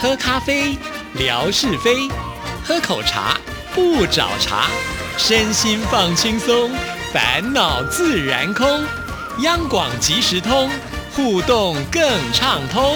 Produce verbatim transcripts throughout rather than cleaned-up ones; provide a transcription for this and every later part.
喝咖啡，聊是非；喝口茶，不找茬。身心放轻松，烦恼自然空。央广即时通，互动更畅通。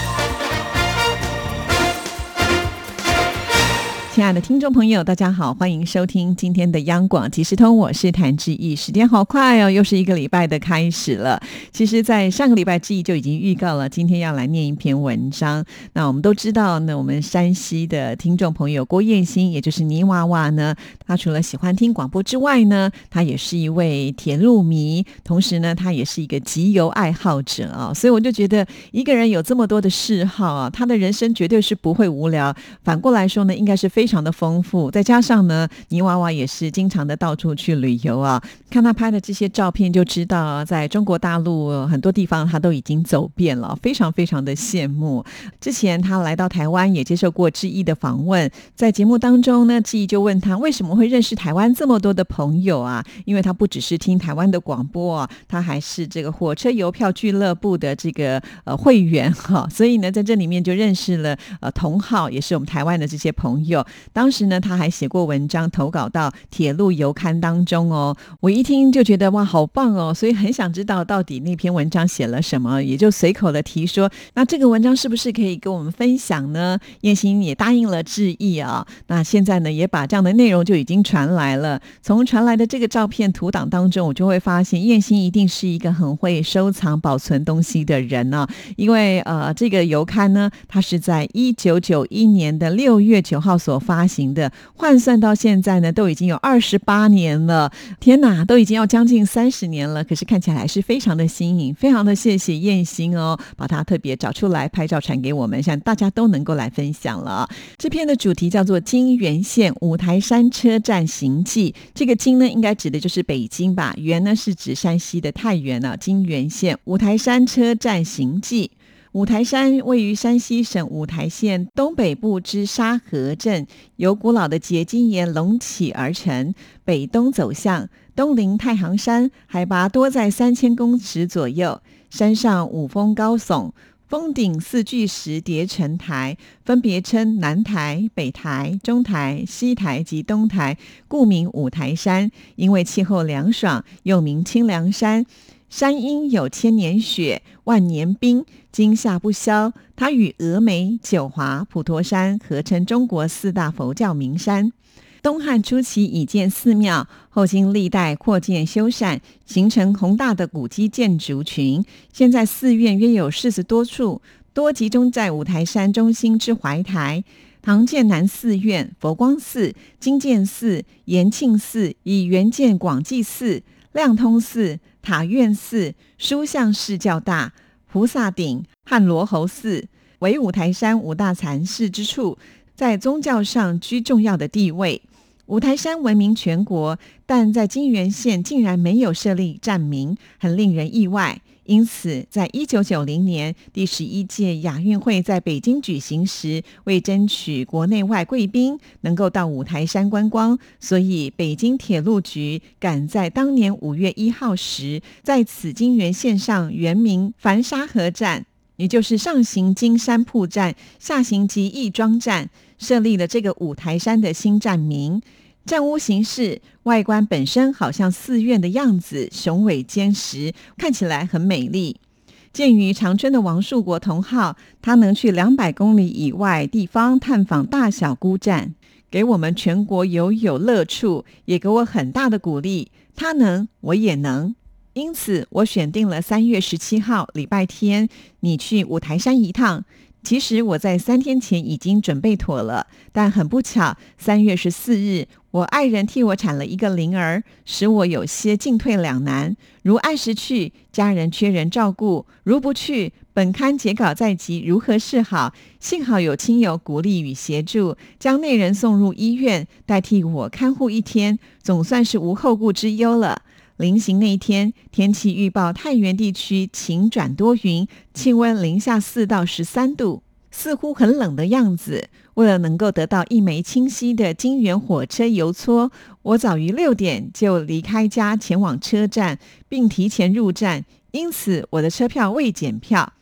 亲爱的听众朋友，大家好，欢迎收听今天的央广即时通，我是谭志毅。时间好快哦，又是一个礼拜的开始了。其实在上个礼拜志毅就已经预告了今天要来念一篇文章。那我们都知道呢，我们山西的听众朋友郭燕欣，也就是泥娃娃呢，他除了喜欢听广播之外呢，他也是一位铁路迷，同时呢他也是一个集邮爱好者啊。所以我就觉得一个人有这么多的嗜好啊，他的人生绝对是不会无聊，反过来说呢，应该是非常的丰富。再加上呢，泥娃娃也是经常的到处去旅游啊，看他拍的这些照片就知道啊，在中国大陆很多地方他都已经走遍了，非常非常的羡慕。之前他来到台湾也接受过志毅的访问，在节目当中呢，志毅就问他为什么会认识台湾这么多的朋友啊，因为他不只是听台湾的广播啊，他还是这个火车邮票俱乐部的这个呃会员哈、啊，所以呢在这里面就认识了呃同好，也是我们台湾的这些朋友。当时呢他还写过文章投稿到铁路邮刊当中哦，我一听就觉得哇好棒哦，所以很想知道到底那篇文章写了什么，也就随口的提说，那这个文章是不是可以跟我们分享呢？燕欣也答应了志毅啊，那现在呢也把这样的内容就已经传来了。从传来的这个照片图档当中，我就会发现燕欣一定是一个很会收藏保存东西的人啊，因为呃这个邮刊呢它是在一九九一年的六月九号所发行的，换算到现在呢都已经有二十八年了，天哪，都已经要将近三十年了，可是看起来还是非常的新颖。非常的谢谢燕欣哦，把它特别找出来拍照传给我们，像大家都能够来分享了。这篇的主题叫做金源线五台山车站行记，这个金呢应该指的就是北京吧，源呢是指山西的太原啊，金源线五台山车站行记。五台山位于山西省五台县东北部之沙河镇，由古老的结晶岩隆起而成，北东走向，东临太行山，海拔多在三千公尺左右。山上五峰高耸，峰顶四巨石叠成台，分别称南台、北台、中台、西台及东台，故名五台山。因为气候凉爽，又名清凉山。山阴有千年雪，万年冰，今夏不消。它与峨眉、九华、普陀山合称中国四大佛教名山。东汉初期已建寺庙，后经历代扩建修缮，形成宏大的古迹建筑群。现在寺院约有四十多处，多集中在五台山中心之怀台。唐建南寺院、佛光寺、金建寺、延庆寺，以原建广济寺、亮通寺、塔院寺、书相寺较大，菩萨顶、汉罗侯寺为五台山五大禅寺之处，在宗教上居重要的地位。五台山闻名全国，但在金源县竟然没有设立站名，很令人意外。因此在一九九零年第十一届亚运会在北京举行时，为争取国内外贵宾能够到五台山观光，所以北京铁路局赶在当年五月一号时，在此金源线上原名繁沙河站，也就是上行金山铺站，下行吉义庄站，设立了这个五台山的新站名。站屋形式外观本身好像寺院的样子，雄伟坚实，看起来很美丽。鉴于长春的王树国同好，他能去两百公里以外地方探访大小孤站，给我们全国游有乐处，也给我很大的鼓励。他能，我也能。因此我选定了三月十七号礼拜天，你去五台山一趟。其实我在三天前已经准备妥了，但很不巧，三月十四日，我爱人替我产了一个灵儿，使我有些进退两难。如按时去，家人缺人照顾；如不去，本刊截稿在即，如何是好？幸好有亲友鼓励与协助，将内人送入医院，代替我看护一天，总算是无后顾之忧了。临行那一天，天气预报太原地区晴转多云，气温零下四到十三度，似乎很冷的样子。为了能够得到一枚清晰的金源火车邮戳，我早于六点就离开家前往车站，并提前入站，因此我的车票未检票。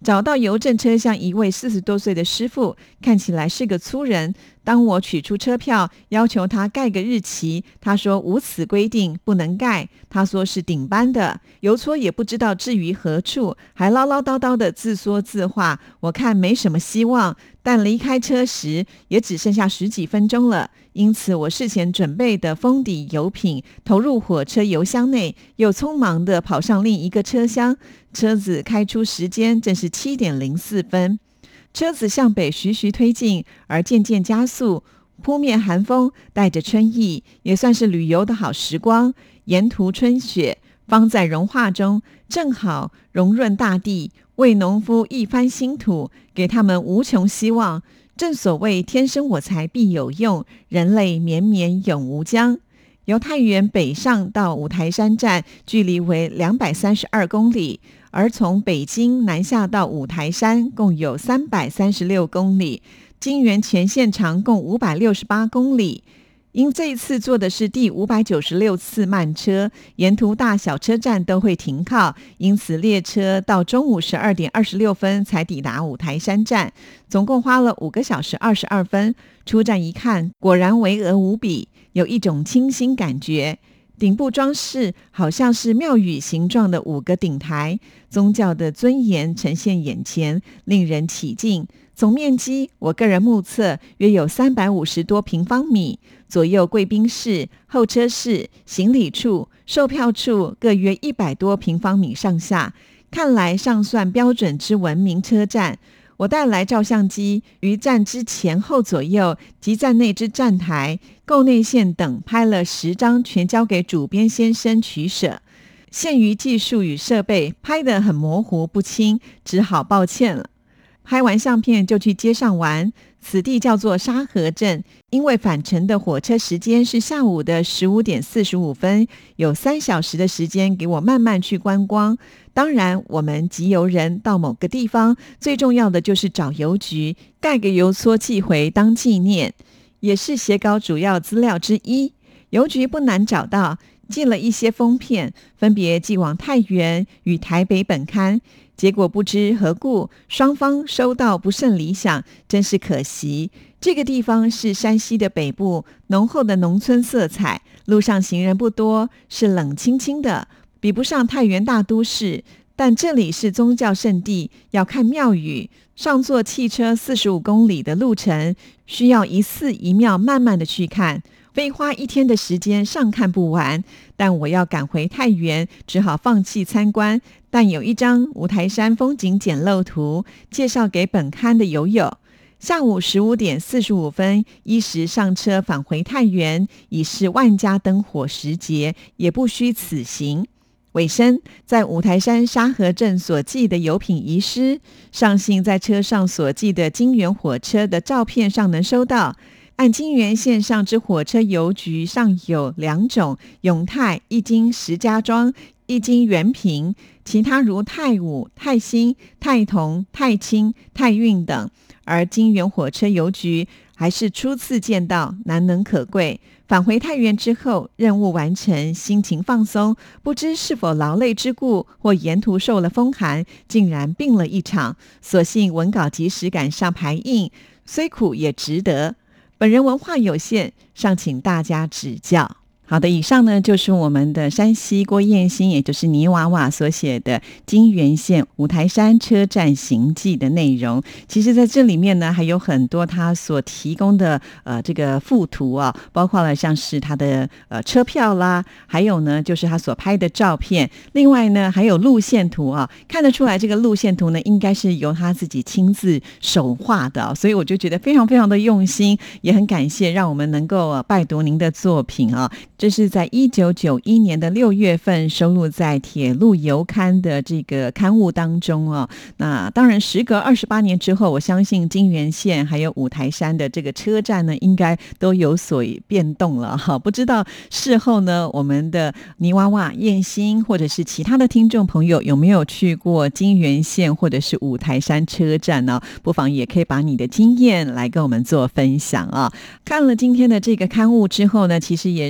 找到邮政车厢一位四十多岁的师傅，看起来是个粗人。当我取出车票，要求他盖个日期，他说无此规定，不能盖。他说是顶班的，邮戳也不知道置于何处，还唠唠叨叨的自说自话。我看没什么希望，但离开车时也只剩下十几分钟了，因此我事前准备的封底邮品投入火车邮箱内，又匆忙地跑上另一个车厢。车子开出时间正是七点零四分，车子向北徐徐推进，而渐渐加速。扑面寒风带着春意，也算是旅游的好时光。沿途春雪方在融化中，正好融润大地，为农夫一番新土，给他们无穷希望。正所谓天生我材必有用，人类绵绵永无疆。由太原北上到五台山站，距离为两百三十二公里，而从北京南下到五台山共有三百三十六公里，金源全线长共五百六十八公里。因这一次坐的是第五百九十六次慢车，沿途大小车站都会停靠，因此列车到中午十二点二十六分才抵达五台山站，总共花了五个小时二十二分。出站一看，果然巍峨无比，有一种清新感觉。顶部装饰好像是庙宇形状的五个顶台，宗教的尊严呈现眼前，令人起敬。总面积我个人目测约有三百五十多平方米，左右贵宾室、候车室、行李处、售票处各约一百多平方米上下，看来尚算标准之文明车站。我带来照相机，于站之前后左右及站内之站台、构内线等拍了十张，全交给主编先生取舍。限于技术与设备，拍得很模糊不清，只好抱歉了。拍完相片就去街上玩，此地叫做沙河镇，因为返程的火车时间是下午的十五点四十五分，有三小时的时间给我慢慢去观光。当然我们集邮人到某个地方，最重要的就是找邮局盖个邮戳寄回当纪念，也是写稿主要资料之一。邮局不难找到，寄了一些封片，分别寄往太原与台北本刊，结果不知何故，双方收到不甚理想，真是可惜。这个地方是山西的北部，浓厚的农村色彩，路上行人不多，是冷清清的，比不上太原大都市。但这里是宗教圣地，要看庙宇，上坐汽车四十五公里的路程，需要一寺一庙慢慢的去看，非花一天的时间上看不完。但我要赶回太原，只好放弃参观，但有一张五台山风景简陋图，介绍给本刊的友友。下午十五点四十五分，依时上车返回太原，已是万家灯火时节，也不虚此行。尾声，在五台山沙河镇所寄的邮品遗失，上信在车上所寄的金源火车的照片上能收到。按金源线上之火车邮局上有两种，永泰一经石家庄，一经原平，其他如太武、太兴、太同、太清、太运等。而金源火车邮局还是初次见到，难能可贵。返回太原之后，任务完成，心情放松，不知是否劳累之故，或沿途受了风寒，竟然病了一场。所幸文稿及时赶上排印，虽苦也值得。本人文化有限，尚请大家指教。好的，以上呢就是我们的山西郭燕新，也就是泥娃娃所写的金源线五台山车站行记的内容。其实在这里面呢，还有很多他所提供的呃这个附图啊，包括了像是他的呃车票啦，还有呢就是他所拍的照片，另外呢还有路线图啊，看得出来这个路线图呢应该是由他自己亲自手画的、啊，所以我就觉得非常非常的用心，也很感谢让我们能够、呃、拜读您的作品啊。这是在一九九一年的六月份收录在铁路邮刊的这个刊物当中哦。那当然时隔二十八年之后，我相信金源线还有五台山的这个车站呢应该都有所变动了哈。不知道事后呢我们的泥娃娃燕新或者是其他的听众朋友有没有去过金源线或者是五台山车站呢？不妨也可以把你的经验来跟我们做分享啊。看了今天的这个刊物之后呢，其实也让志毅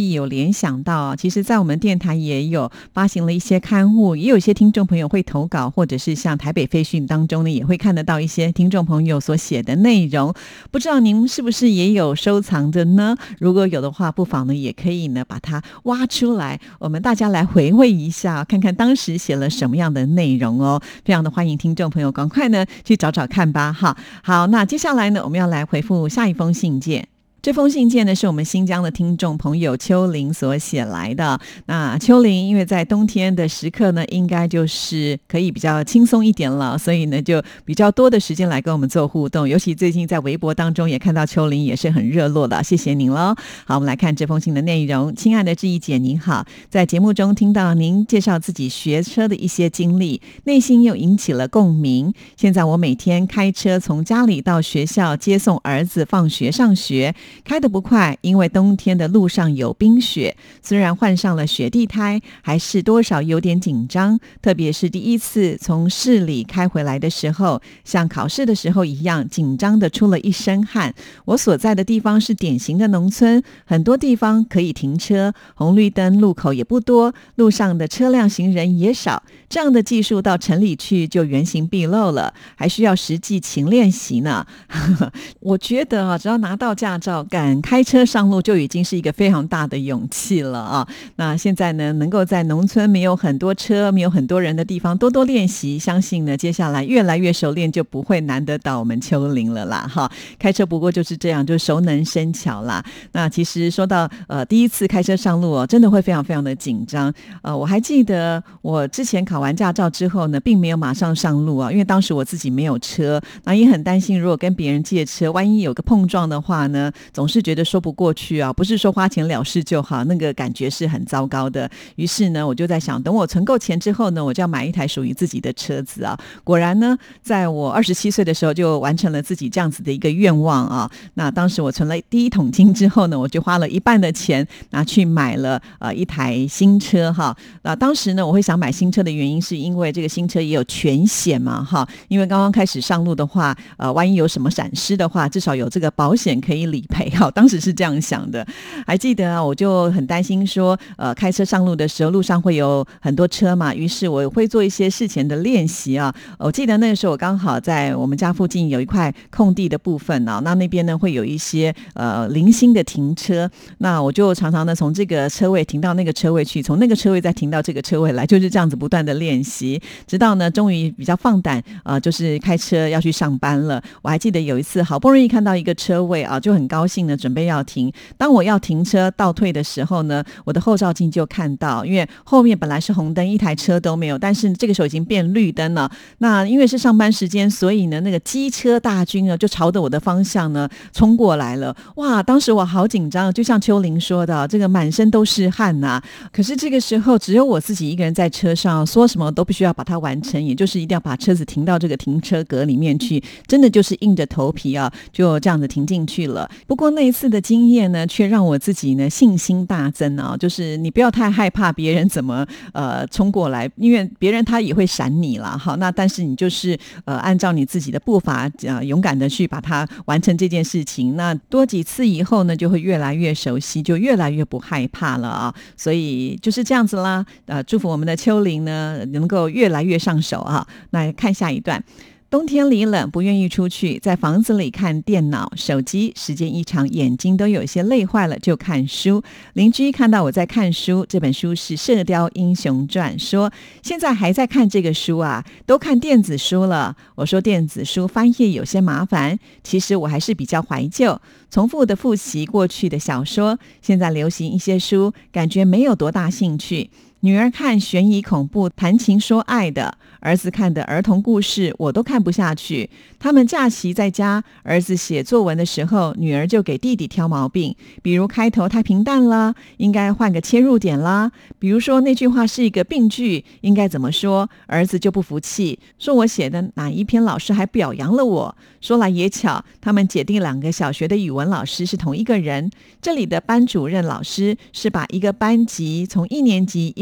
意有联想到，其实在我们电台也有发行了一些刊物，也有一些听众朋友会投稿，或者是像台北飞讯当中呢，也会看得到一些听众朋友所写的内容。不知道您是不是也有收藏的呢？如果有的话，不妨呢也可以呢把它挖出来，我们大家来回味一下，看看当时写了什么样的内容哦。非常的欢迎听众朋友赶快呢去找找看吧。哈，好，那接下来呢，我们要来回复下一封信件。这封信件呢是我们新疆的听众朋友秋玲所写来的。那秋玲因为在冬天的时刻呢，应该就是可以比较轻松一点了，所以呢就比较多的时间来跟我们做互动，尤其最近在微博当中也看到秋玲也是很热络的，谢谢您咯。好，我们来看这封信的内容。亲爱的志毅姐您好，在节目中听到您介绍自己学车的一些经历，内心又引起了共鸣。现在我每天开车从家里到学校接送儿子放学上学，开得不快，因为冬天的路上有冰雪，虽然换上了雪地胎，还是多少有点紧张，特别是第一次从市里开回来的时候，像考试的时候一样紧张的出了一身汗。我所在的地方是典型的农村，很多地方可以停车，红绿灯路口也不多，路上的车辆行人也少，这样的技术到城里去就原形毕露了，还需要实际勤练习呢。我觉得啊，只要拿到驾照敢开车上路就已经是一个非常大的勇气了啊！那现在呢，能够在农村没有很多车、没有很多人的地方多多练习，相信呢，接下来越来越熟练，就不会难得到我们秋玲了啦！哈，开车不过就是这样，就熟能生巧啦。那其实说到呃第一次开车上路哦，真的会非常非常的紧张。呃，我还记得我之前考完驾照之后呢，并没有马上上路啊，因为当时我自己没有车，那也很担心，如果跟别人借车，万一有个碰撞的话呢，总是觉得说不过去啊，不是说花钱了事就好，那个感觉是很糟糕的。于是呢，我就在想，等我存够钱之后呢，我就要买一台属于自己的车子啊。果然呢，在我二十七岁的时候就完成了自己这样子的一个愿望啊。那当时我存了第一桶金之后呢，我就花了一半的钱拿去买了呃一台新车哈。那当时呢，我会想买新车的原因是因为这个新车也有全险嘛哈，因为刚刚开始上路的话，呃，万一有什么闪失的话，至少有这个保险可以理赔哈。当时是这样想的。还记得啊，我就很担心说呃，开车上路的时候路上会有很多车嘛，于是我会做一些事前的练习啊。我记得那个时候我刚好在我们家附近有一块空地的部分啊，那那边呢会有一些呃零星的停车，那我就常常呢从这个车位停到那个车位去，从那个车位再停到这个车位来，就是这样子不断的练习，直到呢终于比较放胆呃，就是开车要去上班了。我还记得有一次好不容易看到一个车位啊，就很高兴呢准备要停，当我要停车倒退的时候呢，我的后照镜就看到，因为后面本来是红灯，一台车都没有，但是这个时候已经变绿灯了。那因为是上班时间，所以呢那个机车大军呢就朝着我的方向呢冲过来了。哇，当时我好紧张，就像秋玲说的，这个满身都是汗啊。可是这个时候只有我自己一个人在车上，说什么都必须要把它完成，也就是一定要把车子停到这个停车格里面去，真的就是硬着头皮啊，就这样子停进去了。不过那一次的经验呢，却让我自己呢信心大增啊！就是你不要太害怕别人怎么呃冲过来，因为别人他也会闪你啦。好，那但是你就是呃按照你自己的步伐呃勇敢的去把它完成这件事情。那多几次以后呢，就会越来越熟悉，就越来越不害怕了啊！所以就是这样子啦。呃，祝福我们的秋玲呢能够越来越上手啊！那看下一段。冬天里冷，不愿意出去，在房子里看电脑、手机，时间一长，眼睛都有些累坏了，就看书。邻居看到我在看书，这本书是《射雕英雄传》，说现在还在看这个书啊，都看电子书了。我说电子书翻页有些麻烦，其实我还是比较怀旧，重复的复习过去的小说，现在流行一些书，感觉没有多大兴趣。女儿看悬疑恐怖谈情说爱的，儿子看的儿童故事我都看不下去。他们假期在家，儿子写作文的时候，女儿就给弟弟挑毛病，比如开头太平淡啦，应该换个切入点啦，比如说那句话是一个病句，应该怎么说，儿子就不服气，说我写的哪一篇老师还表扬了我。说来也巧，他们姐弟两个小学的语文老师是同一个人，这里的班主任老师是把一个班级从一年级一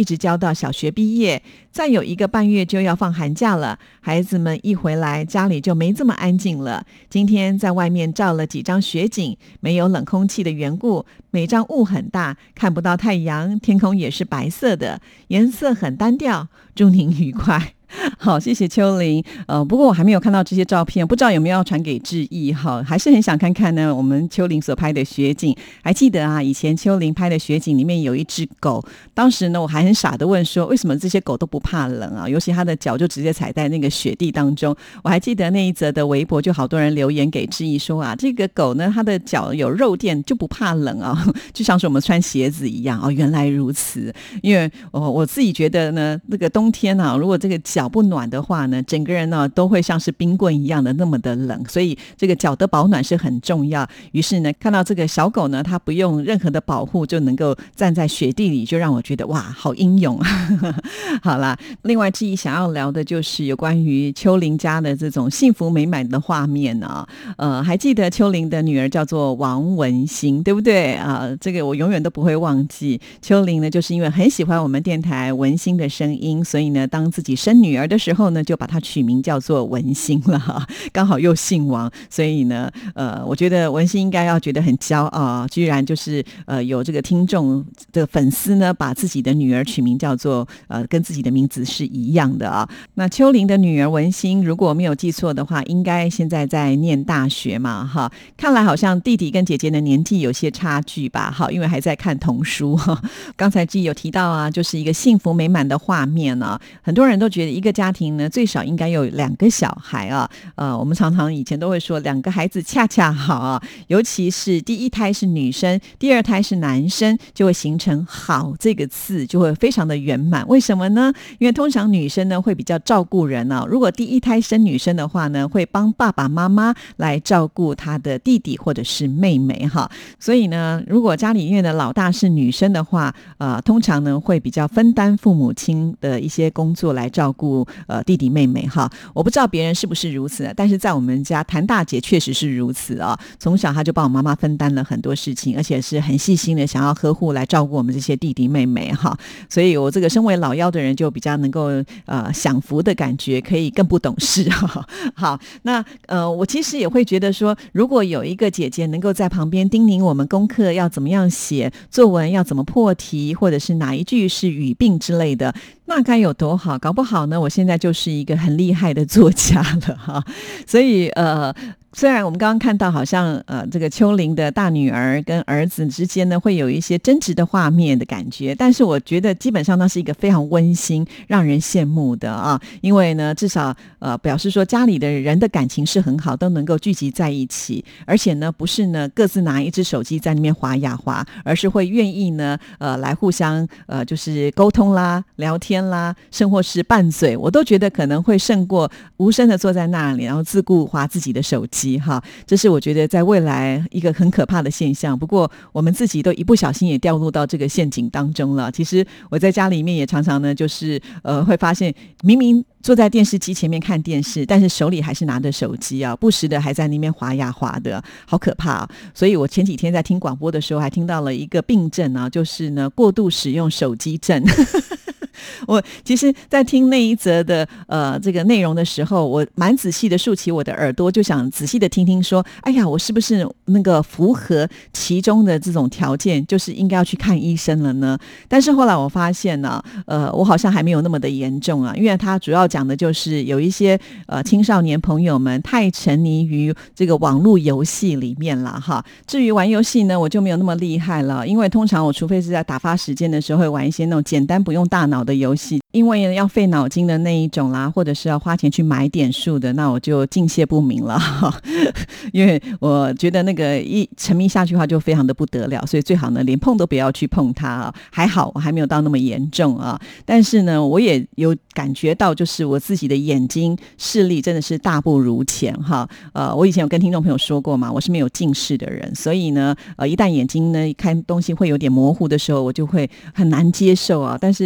直教到小学毕业，再有一个半月就要放寒假了，孩子们一回来，家里就没这么安静了。今天在外面照了几张雪景，没有冷空气的缘故，每张雾很大，看不到太阳，天空也是白色的，颜色很单调。祝您愉快。好，谢谢秋玲。呃，不过我还没有看到这些照片，不知道有没有要传给志毅。好，还是很想看看呢，我们秋玲所拍的雪景。还记得啊，以前秋玲拍的雪景里面有一只狗，当时呢我还很傻的问说，为什么这些狗都不怕冷啊？尤其它的脚就直接踩在那个雪地当中。我还记得那一则的微博，就好多人留言给志毅说啊，这个狗呢，它的脚有肉垫就不怕冷啊，就像是我们穿鞋子一样哦。原来如此，因为我我自己觉得呢，那个冬天啊，如果这个脚不暖的话呢，整个人呢都会像是冰棍一样的那么的冷，所以这个脚的保暖是很重要。于是呢，看到这个小狗呢，它不用任何的保护就能够站在雪地里，就让我觉得哇，好英勇。好啦，另外志毅想要聊的就是有关于秋玲家的这种幸福美满的画面啊。呃，还记得秋玲的女儿叫做王文馨，对不对啊、呃？这个我永远都不会忘记。秋玲呢，就是因为很喜欢我们电台文馨的声音，所以呢，当自己生女儿的时候呢，就把她取名叫做文馨了，刚好又姓王，所以呢，呃，我觉得文馨应该要觉得很骄傲，居然就是呃有这个听众的粉丝呢，把自己的女儿取名叫做呃跟自己的名字是一样的啊。那秋玲的女儿文馨，如果没有记错的话，应该现在在念大学嘛，哈，看来好像弟弟跟姐姐的年纪有些差距吧，哈，因为还在看童书哈。刚才志毅有提到啊，就是一个幸福美满的画面啊，很多人都觉得一个家庭呢，最少应该有两个小孩啊。呃，我们常常以前都会说，两个孩子恰恰好啊，尤其是第一胎是女生，第二胎是男生，就会形成好这个字，就会非常的圆满。为什么呢？因为通常女生呢会比较照顾人啊，如果第一胎生女生的话呢，会帮爸爸妈妈来照顾他的弟弟或者是妹妹哈。所以呢，如果家里面的老大是女生的话，呃，通常呢会比较分担父母亲的一些工作来照顾呃弟弟妹妹哈。我不知道别人是不是如此，但是在我们家谭大姐确实是如此啊。从小她就帮我妈妈分担了很多事情，而且是很细心的想要呵护来照顾我们这些弟弟妹妹哈。所以我这个身为老幺的人就比较能够呃享福的感觉，可以更不懂事哈。好，那呃我其实也会觉得说，如果有一个姐姐能够在旁边叮咛我们功课要怎么样写，作文要怎么破题，或者是哪一句是语病之类的，那该有多好。搞不好呢，我现在就是一个很厉害的作家了哈。所以呃虽然我们刚刚看到好像呃这个秋玲的大女儿跟儿子之间呢会有一些争执的画面的感觉，但是我觉得基本上那是一个非常温馨让人羡慕的啊。因为呢至少呃表示说家里的人的感情是很好，都能够聚集在一起，而且呢不是呢各自拿一只手机在那边滑呀滑，而是会愿意呢呃来互相呃就是沟通啦聊天啦，甚或是拌嘴，我都觉得可能会胜过无声的坐在那里然后自顾滑自己的手机哈。这是我觉得在未来一个很可怕的现象，不过我们自己都一不小心也掉入到这个陷阱当中了。其实我在家里面也常常呢就是呃会发现明明坐在电视机前面看电视，但是手里还是拿着手机啊，不时的还在那边滑呀滑的，好可怕啊。所以我前几天在听广播的时候还听到了一个病症啊，就是呢过度使用手机症。我其实在听那一则的呃这个内容的时候，我蛮仔细的竖起我的耳朵，就想仔细的听听说，哎呀，我是不是那个符合其中的这种条件，就是应该要去看医生了呢？但是后来我发现呢、啊，呃，我好像还没有那么的严重啊，因为它主要讲的就是有一些呃青少年朋友们太沉迷于这个网络游戏里面了哈。至于玩游戏呢，我就没有那么厉害了，因为通常我除非是在打发时间的时候会玩一些那种简单不用大脑的游戏，因为要费脑筋的那一种啦，或者是要花钱去买点数的，那我就敬谢不明了。因为我觉得那个一沉迷下去的话就非常的不得了，所以最好呢连碰都不要去碰它啊。还好我还没有到那么严重啊，但是呢我也有感觉到就是我自己的眼睛视力真的是大不如前哈。呃，我以前有跟听众朋友说过嘛，我是没有近视的人，所以呢呃一旦眼睛呢看东西会有点模糊的时候，我就会很难接受啊。但是就算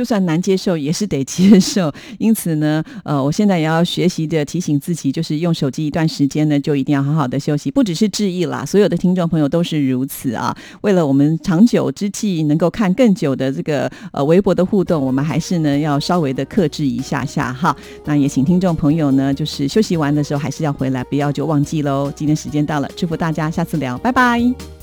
算难接受也是得接受。因此呢呃，我现在也要学习的提醒自己，就是用手机一段时间呢就一定要好好的休息，不只是志毅啦，所有的听众朋友都是如此啊。为了我们长久之计能够看更久的这个呃微博的互动，我们还是呢要稍微的克制一下下哈。那也请听众朋友呢就是休息完的时候还是要回来，不要就忘记咯。今天时间到了，祝福大家，下次聊，拜拜。